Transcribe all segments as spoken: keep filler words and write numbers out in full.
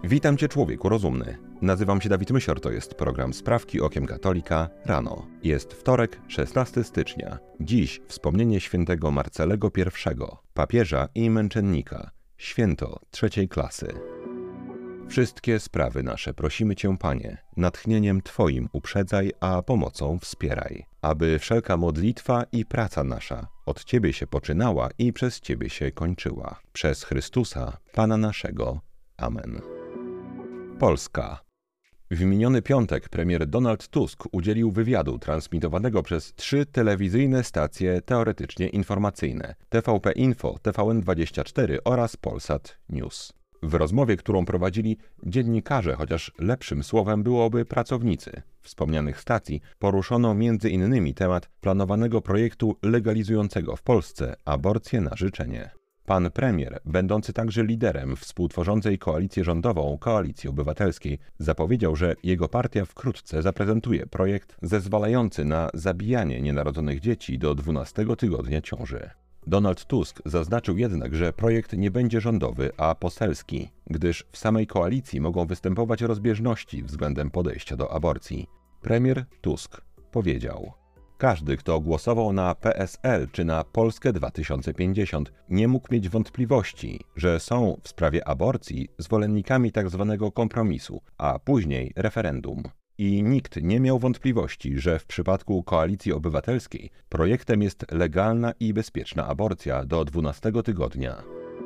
Witam Cię, człowieku rozumny. Nazywam się Dawid Mysior, to jest program Sprawki Okiem Katolika rano. Jest wtorek, szesnastego stycznia. Dziś wspomnienie świętego Marcelego pierwszego, papieża i męczennika, święto trzeciej klasy. Wszystkie sprawy nasze prosimy Cię, Panie, natchnieniem Twoim uprzedzaj, a pomocą wspieraj, aby wszelka modlitwa i praca nasza od Ciebie się poczynała i przez Ciebie się kończyła. Przez Chrystusa, Pana naszego. Amen. Polska. W miniony piątek premier Donald Tusk udzielił wywiadu transmitowanego przez trzy telewizyjne stacje teoretycznie informacyjne: T V P Info, T V N dwadzieścia cztery oraz Polsat News. W rozmowie, którą prowadzili dziennikarze, chociaż lepszym słowem byłoby pracownicy wspomnianych stacji, poruszono między innymi temat planowanego projektu legalizującego w Polsce aborcję na życzenie. Pan premier, będący także liderem współtworzącej koalicję rządową Koalicji Obywatelskiej, zapowiedział, że jego partia wkrótce zaprezentuje projekt zezwalający na zabijanie nienarodzonych dzieci do dwunastego tygodnia ciąży. Donald Tusk zaznaczył jednak, że projekt nie będzie rządowy, a poselski, gdyż w samej koalicji mogą występować rozbieżności względem podejścia do aborcji. Premier Tusk powiedział: każdy, kto głosował na P S L czy na Polskę dwa tysiące pięćdziesiąt, nie mógł mieć wątpliwości, że są w sprawie aborcji zwolennikami tzw. kompromisu, a później referendum. I nikt nie miał wątpliwości, że w przypadku Koalicji Obywatelskiej projektem jest legalna i bezpieczna aborcja do dwunastego tygodnia.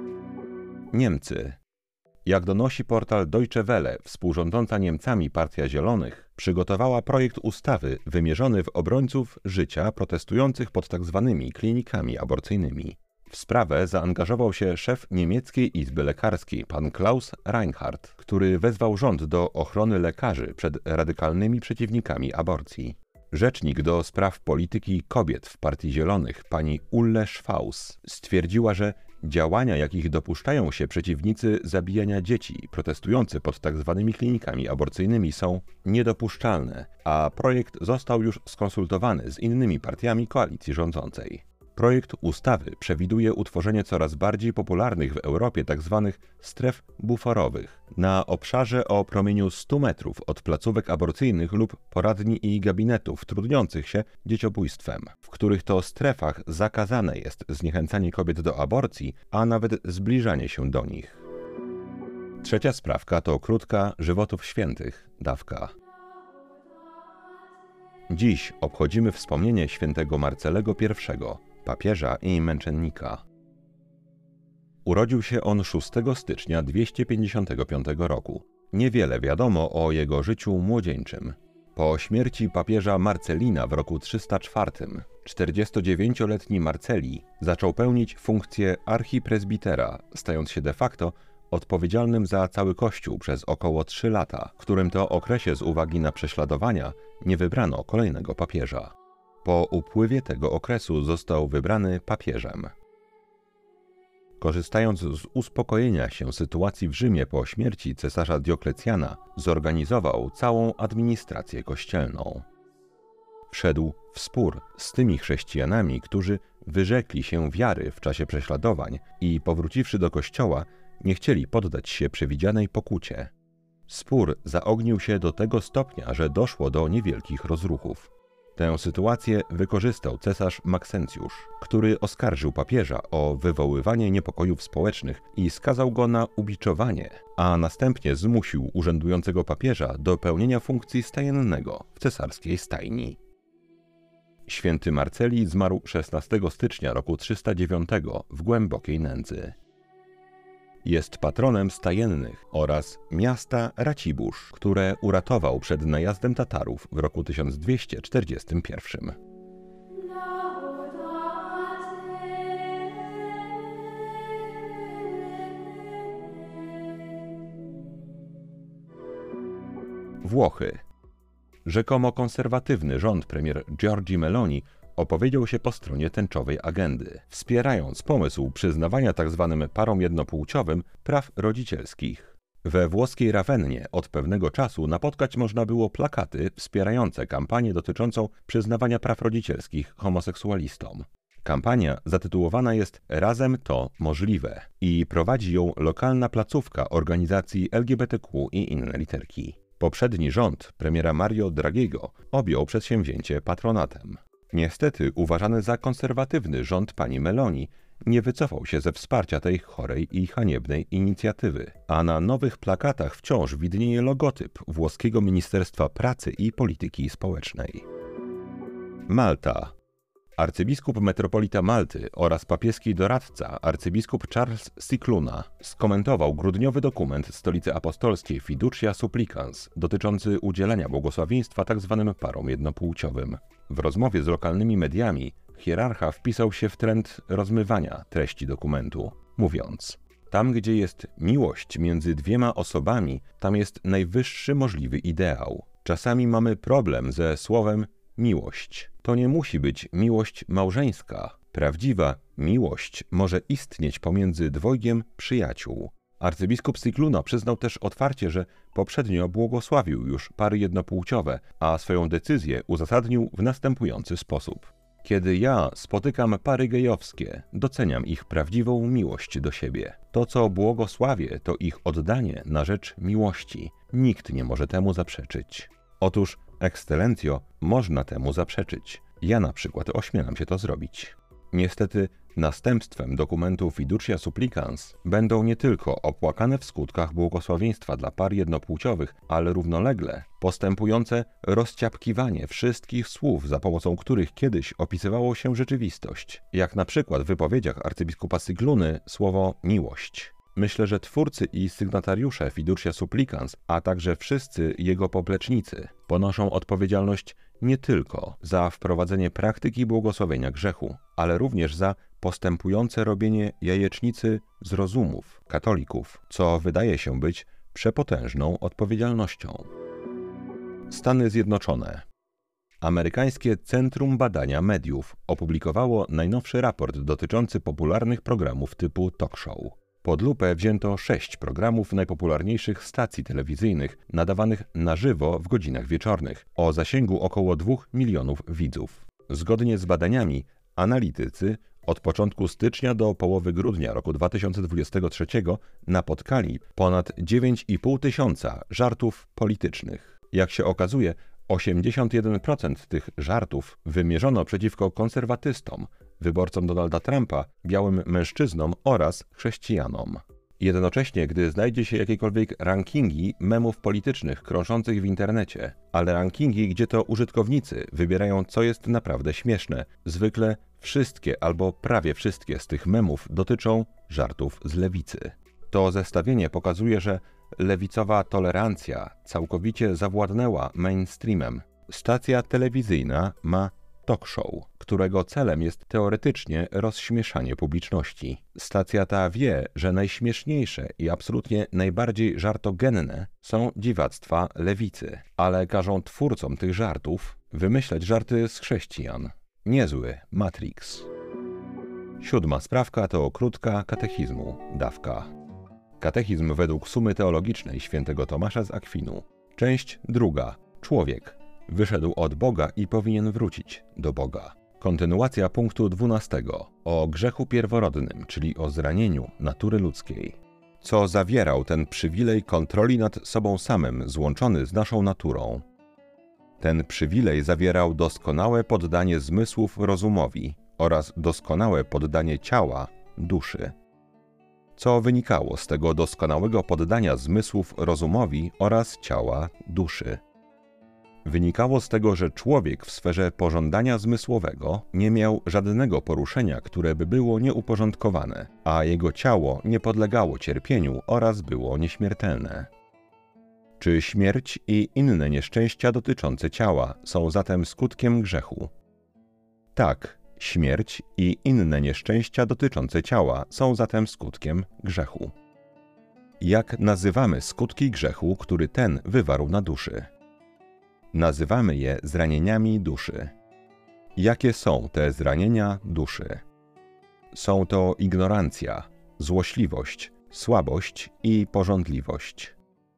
Niemcy. Jak donosi portal Deutsche Welle, współrządząca Niemcami Partia Zielonych przygotowała projekt ustawy wymierzony w obrońców życia protestujących pod tzw. klinikami aborcyjnymi. W sprawę zaangażował się szef niemieckiej Izby Lekarskiej, pan Klaus Reinhardt, który wezwał rząd do ochrony lekarzy przed radykalnymi przeciwnikami aborcji. Rzecznik do spraw polityki kobiet w Partii Zielonych, pani Ulle Schwaus, stwierdziła, że działania, jakich dopuszczają się przeciwnicy zabijania dzieci protestujący pod tzw. klinikami aborcyjnymi, są niedopuszczalne, a projekt został już skonsultowany z innymi partiami koalicji rządzącej. Projekt ustawy przewiduje utworzenie coraz bardziej popularnych w Europie tzw. stref buforowych na obszarze o promieniu stu metrów od placówek aborcyjnych lub poradni i gabinetów trudniących się dzieciobójstwem, w których to strefach zakazane jest zniechęcanie kobiet do aborcji, a nawet zbliżanie się do nich. Trzecia sprawka to krótka żywotów świętych dawka. Dziś obchodzimy wspomnienie świętego Marcelego pierwszego, papieża i męczennika. Urodził się on szóstego stycznia dwieście pięćdziesiątego piątego roku. Niewiele wiadomo o jego życiu młodzieńczym. Po śmierci papieża Marcelina w roku trzysta czwartym czterdziestodziewięcioletni Marceli zaczął pełnić funkcję archipresbitera, stając się de facto odpowiedzialnym za cały Kościół przez około trzy lata, w którym to okresie z uwagi na prześladowania nie wybrano kolejnego papieża. Po upływie tego okresu został wybrany papieżem. Korzystając z uspokojenia się sytuacji w Rzymie po śmierci cesarza Dioklecjana, zorganizował całą administrację kościelną. Wszedł w spór z tymi chrześcijanami, którzy wyrzekli się wiary w czasie prześladowań i powróciwszy do kościoła, nie chcieli poddać się przewidzianej pokucie. Spór zaognił się do tego stopnia, że doszło do niewielkich rozruchów. Tę sytuację wykorzystał cesarz Maksencjusz, który oskarżył papieża o wywoływanie niepokojów społecznych i skazał go na ubiczowanie, a następnie zmusił urzędującego papieża do pełnienia funkcji stajennego w cesarskiej stajni. Święty Marceli zmarł szesnastego stycznia roku trzysta dziewiątego w głębokiej nędzy. Jest patronem stajennych oraz miasta Racibórz, które uratował przed najazdem Tatarów w roku tysiąc dwieście czterdziestym pierwszym. Włochy. Rzekomo konserwatywny rząd premier Giorgi Meloni opowiedział się po stronie tęczowej agendy, wspierając pomysł przyznawania tzw. parom jednopłciowym praw rodzicielskich. We włoskiej Rawennie od pewnego czasu napotkać można było plakaty wspierające kampanię dotyczącą przyznawania praw rodzicielskich homoseksualistom. Kampania zatytułowana jest Razem to możliwe i prowadzi ją lokalna placówka organizacji L G B T Q i inne literki. Poprzedni rząd premiera Mario Draghiego objął przedsięwzięcie patronatem. Niestety uważany za konserwatywny rząd pani Meloni nie wycofał się ze wsparcia tej chorej i haniebnej inicjatywy, a na nowych plakatach wciąż widnieje logotyp włoskiego Ministerstwa Pracy i Polityki Społecznej. Malta. Arcybiskup metropolita Malty oraz papieski doradca arcybiskup Charles Scicluna skomentował grudniowy dokument Stolicy Apostolskiej Fiducia Supplicans dotyczący udzielenia błogosławieństwa tzw. parom jednopłciowym. W rozmowie z lokalnymi mediami hierarcha wpisał się w trend rozmywania treści dokumentu, mówiąc: tam, gdzie jest miłość między dwiema osobami, tam jest najwyższy możliwy ideał. Czasami mamy problem ze słowem miłość. To nie musi być miłość małżeńska. Prawdziwa miłość może istnieć pomiędzy dwojgiem przyjaciół. Arcybiskup Scicluna przyznał też otwarcie, że poprzednio błogosławił już pary jednopłciowe, a swoją decyzję uzasadnił w następujący sposób. Kiedy ja spotykam pary gejowskie, doceniam ich prawdziwą miłość do siebie. To, co błogosławię, to ich oddanie na rzecz miłości. Nikt nie może temu zaprzeczyć. Otóż, Ekscelencjo, można temu zaprzeczyć. Ja na przykład ośmielam się to zrobić. Niestety, następstwem dokumentu Fiducia Supplicans będą nie tylko opłakane w skutkach błogosławieństwa dla par jednopłciowych, ale równolegle postępujące rozciapkiwanie wszystkich słów, za pomocą których kiedyś opisywało się rzeczywistość, jak na przykład w wypowiedziach arcybiskupa Scicluny słowo miłość. Myślę, że twórcy i sygnatariusze Fiducia Supplicans, a także wszyscy jego poplecznicy ponoszą odpowiedzialność nie tylko za wprowadzenie praktyki błogosławienia grzechu, ale również za postępujące robienie jajecznicy z rozumów katolików, co wydaje się być przepotężną odpowiedzialnością. Stany Zjednoczone. Amerykańskie Centrum Badania Mediów opublikowało najnowszy raport dotyczący popularnych programów typu talk show. Pod lupę wzięto sześć programów najpopularniejszych stacji telewizyjnych nadawanych na żywo w godzinach wieczornych, o zasięgu około dwóch milionów widzów. Zgodnie z badaniami, analitycy od początku stycznia do połowy grudnia roku dwa tysiące dwudziestego trzeciego napotkali ponad dziewięć i pół tysiąca żartów politycznych. Jak się okazuje, osiemdziesiąt jeden procent tych żartów wymierzono przeciwko konserwatystom, wyborcom Donalda Trumpa, białym mężczyznom oraz chrześcijanom. Jednocześnie, gdy znajdzie się jakiekolwiek rankingi memów politycznych krążących w internecie, ale rankingi, gdzie to użytkownicy wybierają, co jest naprawdę śmieszne, zwykle wszystkie albo prawie wszystkie z tych memów dotyczą żartów z lewicy. To zestawienie pokazuje, że lewicowa tolerancja całkowicie zawładnęła mainstreamem. Stacja telewizyjna ma talk show, którego celem jest teoretycznie rozśmieszanie publiczności. Stacja ta wie, że najśmieszniejsze i absolutnie najbardziej żartogenne są dziwactwa lewicy, ale każą twórcom tych żartów wymyślać żarty z chrześcijan. Niezły Matrix. Siódma sprawka to krótka katechizmu, dawka. Katechizm według sumy teologicznej świętego Tomasza z Akwinu. Część druga. Człowiek. Wyszedł od Boga i powinien wrócić do Boga. Kontynuacja punktu dwunastego. O grzechu pierworodnym, czyli o zranieniu natury ludzkiej. Co zawierał ten przywilej kontroli nad sobą samym, złączony z naszą naturą? Ten przywilej zawierał doskonałe poddanie zmysłów rozumowi oraz doskonałe poddanie ciała duszy. Co wynikało z tego doskonałego poddania zmysłów rozumowi oraz ciała duszy? Wynikało z tego, że człowiek w sferze pożądania zmysłowego nie miał żadnego poruszenia, które by było nieuporządkowane, a jego ciało nie podlegało cierpieniu oraz było nieśmiertelne. Czy śmierć i inne nieszczęścia dotyczące ciała są zatem skutkiem grzechu? Tak, śmierć i inne nieszczęścia dotyczące ciała są zatem skutkiem grzechu. Jak nazywamy skutki grzechu, który ten wywarł na duszy? Nazywamy je zranieniami duszy. Jakie są te zranienia duszy? Są to ignorancja, złośliwość, słabość i pożądliwość.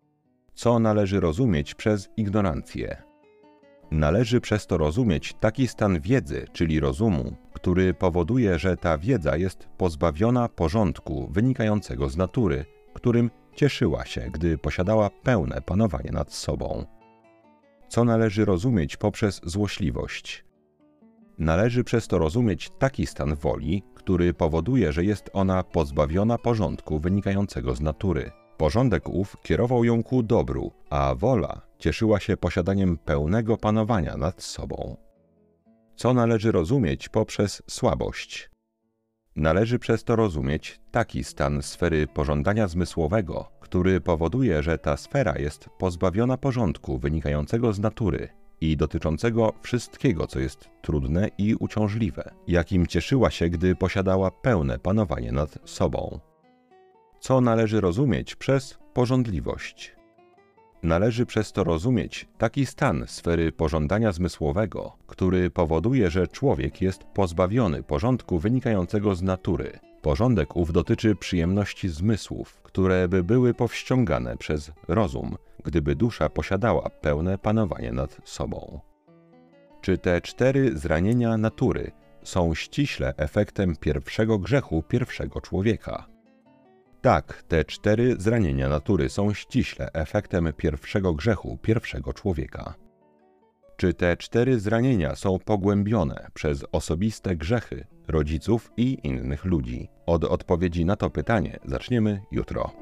Co należy rozumieć przez ignorancję? Należy przez to rozumieć taki stan wiedzy, czyli rozumu, który powoduje, że ta wiedza jest pozbawiona porządku wynikającego z natury, którym cieszyła się, gdy posiadała pełne panowanie nad sobą. Co należy rozumieć poprzez złośliwość? Należy przez to rozumieć taki stan woli, który powoduje, że jest ona pozbawiona porządku wynikającego z natury. Porządek ów kierował ją ku dobru, a wola cieszyła się posiadaniem pełnego panowania nad sobą. Co należy rozumieć poprzez słabość? Należy przez to rozumieć taki stan sfery pożądania zmysłowego, który powoduje, że ta sfera jest pozbawiona porządku wynikającego z natury i dotyczącego wszystkiego, co jest trudne i uciążliwe, jakim cieszyła się, gdy posiadała pełne panowanie nad sobą. Co należy rozumieć przez pożądliwość? Należy przez to rozumieć taki stan sfery pożądania zmysłowego, który powoduje, że człowiek jest pozbawiony porządku wynikającego z natury. Porządek ów dotyczy przyjemności zmysłów, które by były powściągane przez rozum, gdyby dusza posiadała pełne panowanie nad sobą. Czy te cztery zranienia natury są ściśle efektem pierwszego grzechu pierwszego człowieka? Tak, te cztery zranienia natury są ściśle efektem pierwszego grzechu pierwszego człowieka. Czy te cztery zranienia są pogłębione przez osobiste grzechy rodziców i innych ludzi? Od odpowiedzi na to pytanie zaczniemy jutro.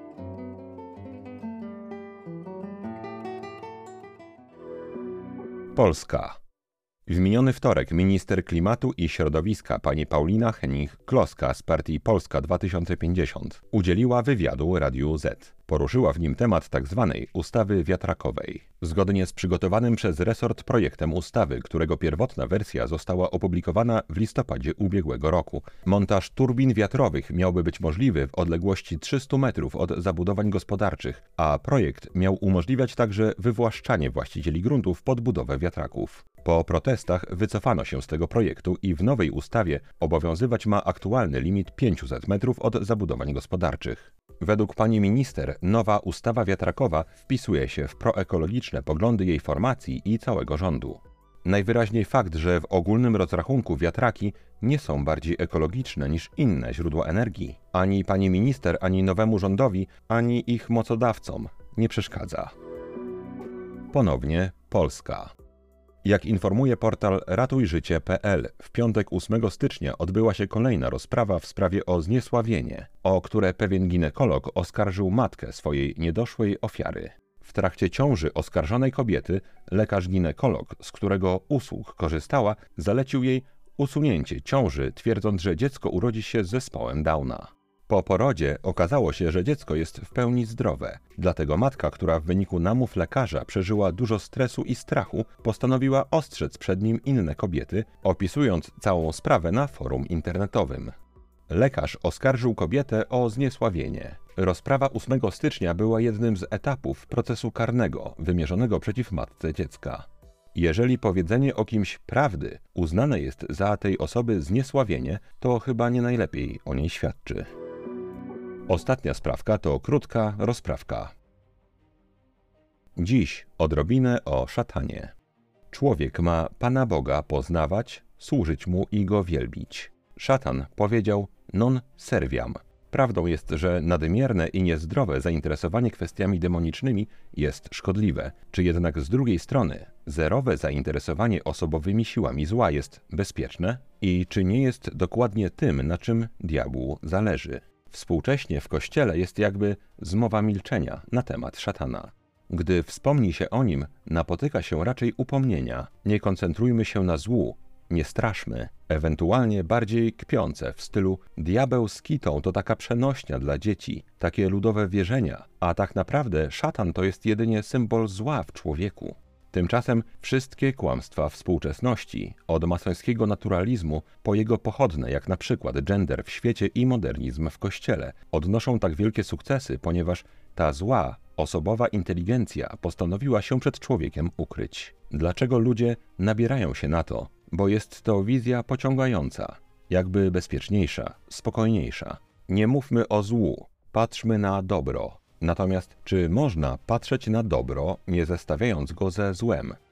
Polska. W miniony wtorek minister klimatu i środowiska pani Paulina Hennig-Kloska z partii Polska dwa tysiące pięćdziesiąt udzieliła wywiadu Radiu Z. Poruszyła w nim temat tzw. ustawy wiatrakowej. Zgodnie z przygotowanym przez resort projektem ustawy, którego pierwotna wersja została opublikowana w listopadzie ubiegłego roku, montaż turbin wiatrowych miałby być możliwy w odległości trzystu metrów od zabudowań gospodarczych, a projekt miał umożliwiać także wywłaszczanie właścicieli gruntów pod budowę wiatraków. Po protestach wycofano się z tego projektu i w nowej ustawie obowiązywać ma aktualny limit pięćset metrów od zabudowań gospodarczych. Według pani minister nowa ustawa wiatrakowa wpisuje się w proekologiczne poglądy jej formacji i całego rządu. Najwyraźniej fakt, że w ogólnym rozrachunku wiatraki nie są bardziej ekologiczne niż inne źródła energii, ani pani minister, ani nowemu rządowi, ani ich mocodawcom nie przeszkadza. Ponownie Polska. Jak informuje portal ratuj życie kropka pe el, w piątek ósmego stycznia odbyła się kolejna rozprawa w sprawie o zniesławienie, o które pewien ginekolog oskarżył matkę swojej niedoszłej ofiary. W trakcie ciąży oskarżonej kobiety lekarz ginekolog, z którego usług korzystała, zalecił jej usunięcie ciąży, twierdząc, że dziecko urodzi się z zespołem Downa. Po porodzie okazało się, że dziecko jest w pełni zdrowe. Dlatego matka, która w wyniku namów lekarza przeżyła dużo stresu i strachu, postanowiła ostrzec przed nim inne kobiety, opisując całą sprawę na forum internetowym. Lekarz oskarżył kobietę o zniesławienie. Rozprawa ósmego stycznia była jednym z etapów procesu karnego wymierzonego przeciw matce dziecka. Jeżeli powiedzenie o kimś prawdy uznane jest za tej osoby zniesławienie, to chyba nie najlepiej o niej świadczy. Ostatnia sprawka to krótka rozprawka. Dziś odrobinę o szatanie. Człowiek ma Pana Boga poznawać, służyć Mu i Go wielbić. Szatan powiedział non serviam. Prawdą jest, że nadmierne i niezdrowe zainteresowanie kwestiami demonicznymi jest szkodliwe, czy jednak z drugiej strony zerowe zainteresowanie osobowymi siłami zła jest bezpieczne i czy nie jest dokładnie tym, na czym diabłu zależy. Współcześnie w Kościele jest jakby zmowa milczenia na temat szatana. Gdy wspomni się o nim, napotyka się raczej upomnienia. Nie koncentrujmy się na złu, nie straszmy, ewentualnie bardziej kpiące w stylu diabeł z kitą to taka przenośnia dla dzieci, takie ludowe wierzenia, a tak naprawdę szatan to jest jedynie symbol zła w człowieku. Tymczasem wszystkie kłamstwa współczesności, od masońskiego naturalizmu po jego pochodne, jak na przykład gender w świecie i modernizm w Kościele, odnoszą tak wielkie sukcesy, ponieważ ta zła, osobowa inteligencja postanowiła się przed człowiekiem ukryć. Dlaczego ludzie nabierają się na to? Bo jest to wizja pociągająca, jakby bezpieczniejsza, spokojniejsza. Nie mówmy o złu, patrzmy na dobro. Natomiast czy można patrzeć na dobro, nie zestawiając go ze złem?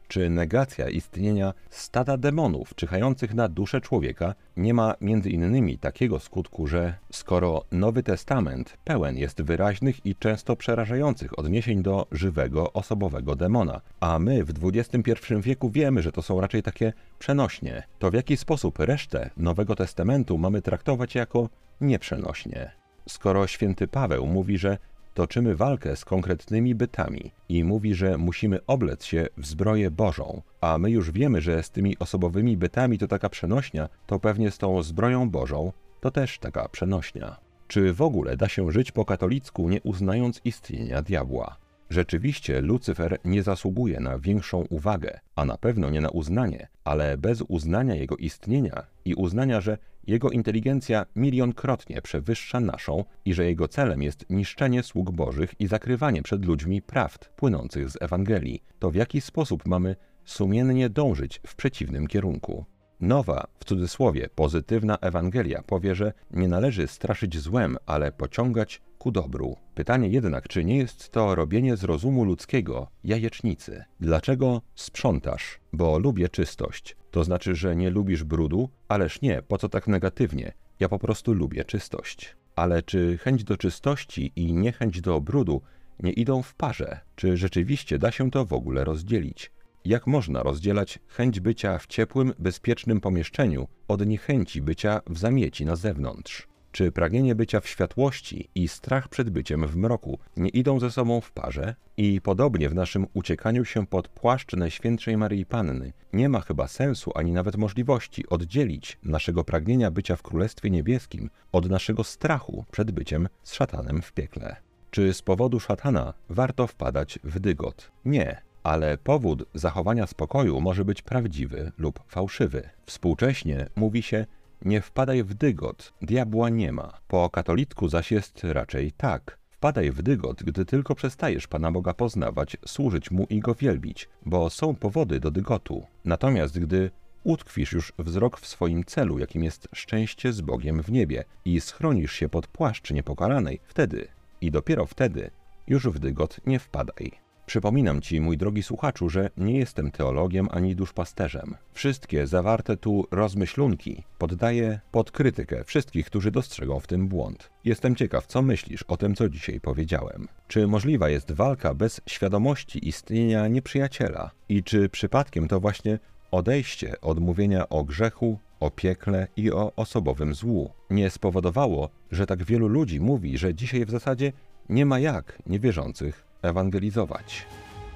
Czy negacja istnienia stada demonów czyhających na duszę człowieka nie ma między innymi takiego skutku, że skoro Nowy Testament pełen jest wyraźnych i często przerażających odniesień do żywego, osobowego demona, a my w dwudziestym pierwszym wieku wiemy, że to są raczej takie przenośnie, to w jaki sposób resztę Nowego Testamentu mamy traktować jako nieprzenośnie? Skoro święty Paweł mówi, że toczymy walkę z konkretnymi bytami i mówi, że musimy oblec się w zbroję Bożą, a my już wiemy, że z tymi osobowymi bytami to taka przenośnia, to pewnie z tą zbroją Bożą to też taka przenośnia. Czy w ogóle da się żyć po katolicku, nie uznając istnienia diabła? Rzeczywiście Lucyfer nie zasługuje na większą uwagę, a na pewno nie na uznanie, ale bez uznania jego istnienia i uznania, że jego inteligencja milionkrotnie przewyższa naszą i że jego celem jest niszczenie sług Bożych i zakrywanie przed ludźmi prawd płynących z Ewangelii, to w jaki sposób mamy sumiennie dążyć w przeciwnym kierunku? Nowa, w cudzysłowie, pozytywna Ewangelia powie, że nie należy straszyć złem, ale pociągać ku dobru. Pytanie jednak, czy nie jest to robienie z rozumu ludzkiego jajecznicy? Dlaczego sprzątasz? Bo lubię czystość. To znaczy, że nie lubisz brudu? Ależ nie, po co tak negatywnie? Ja po prostu lubię czystość. Ale czy chęć do czystości i niechęć do brudu nie idą w parze? Czy rzeczywiście da się to w ogóle rozdzielić? Jak można rozdzielać chęć bycia w ciepłym, bezpiecznym pomieszczeniu od niechęci bycia w zamieci na zewnątrz? Czy pragnienie bycia w światłości i strach przed byciem w mroku nie idą ze sobą w parze? I podobnie w naszym uciekaniu się pod płaszcz Najświętszej Maryi Panny nie ma chyba sensu ani nawet możliwości oddzielić naszego pragnienia bycia w Królestwie Niebieskim od naszego strachu przed byciem z szatanem w piekle. Czy z powodu szatana warto wpadać w dygot? Nie. Ale powód zachowania spokoju może być prawdziwy lub fałszywy. Współcześnie mówi się: nie wpadaj w dygot, diabła nie ma. Po katolicku zaś jest raczej tak. Wpadaj w dygot, gdy tylko przestajesz Pana Boga poznawać, służyć Mu i Go wielbić, bo są powody do dygotu. Natomiast gdy utkwisz już wzrok w swoim celu, jakim jest szczęście z Bogiem w niebie, i schronisz się pod płaszcz niepokalanej, wtedy i dopiero wtedy już w dygot nie wpadaj. Przypominam Ci, mój drogi słuchaczu, że nie jestem teologiem ani duszpasterzem. Wszystkie zawarte tu rozmyślunki poddaję pod krytykę wszystkich, którzy dostrzegą w tym błąd. Jestem ciekaw, co myślisz o tym, co dzisiaj powiedziałem. Czy możliwa jest walka bez świadomości istnienia nieprzyjaciela? I czy przypadkiem to właśnie odejście od mówienia o grzechu, o piekle i o osobowym złu nie spowodowało, że tak wielu ludzi mówi, że dzisiaj w zasadzie nie ma jak niewierzących ewangelizować?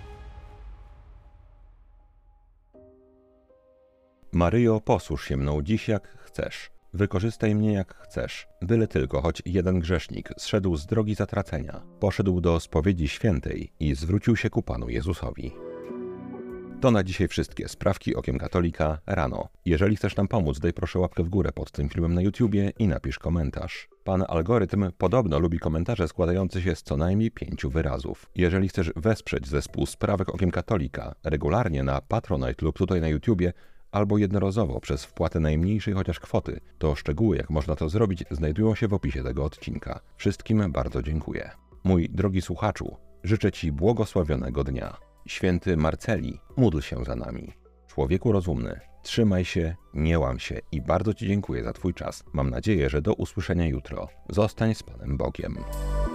Maryjo, posłuż się mną dziś jak chcesz. Wykorzystaj mnie jak chcesz. Byle tylko choć jeden grzesznik zszedł z drogi zatracenia, poszedł do spowiedzi świętej i zwrócił się ku Panu Jezusowi. To na dzisiaj wszystkie sprawki Okiem Katolika rano. Jeżeli chcesz nam pomóc, daj proszę łapkę w górę pod tym filmem na YouTubie i napisz komentarz. Pan algorytm podobno lubi komentarze składające się z co najmniej pięciu wyrazów. Jeżeli chcesz wesprzeć zespół Sprawek Okiem Katolika regularnie na Patronite lub tutaj na YouTubie, albo jednorazowo przez wpłatę najmniejszej chociaż kwoty, to szczegóły, jak można to zrobić, znajdują się w opisie tego odcinka. Wszystkim bardzo dziękuję. Mój drogi słuchaczu, życzę Ci błogosławionego dnia. Święty Marceli, módl się za nami. Człowieku rozumny, trzymaj się, nie łam się i bardzo Ci dziękuję za Twój czas. Mam nadzieję, że do usłyszenia jutro. Zostań z Panem Bogiem.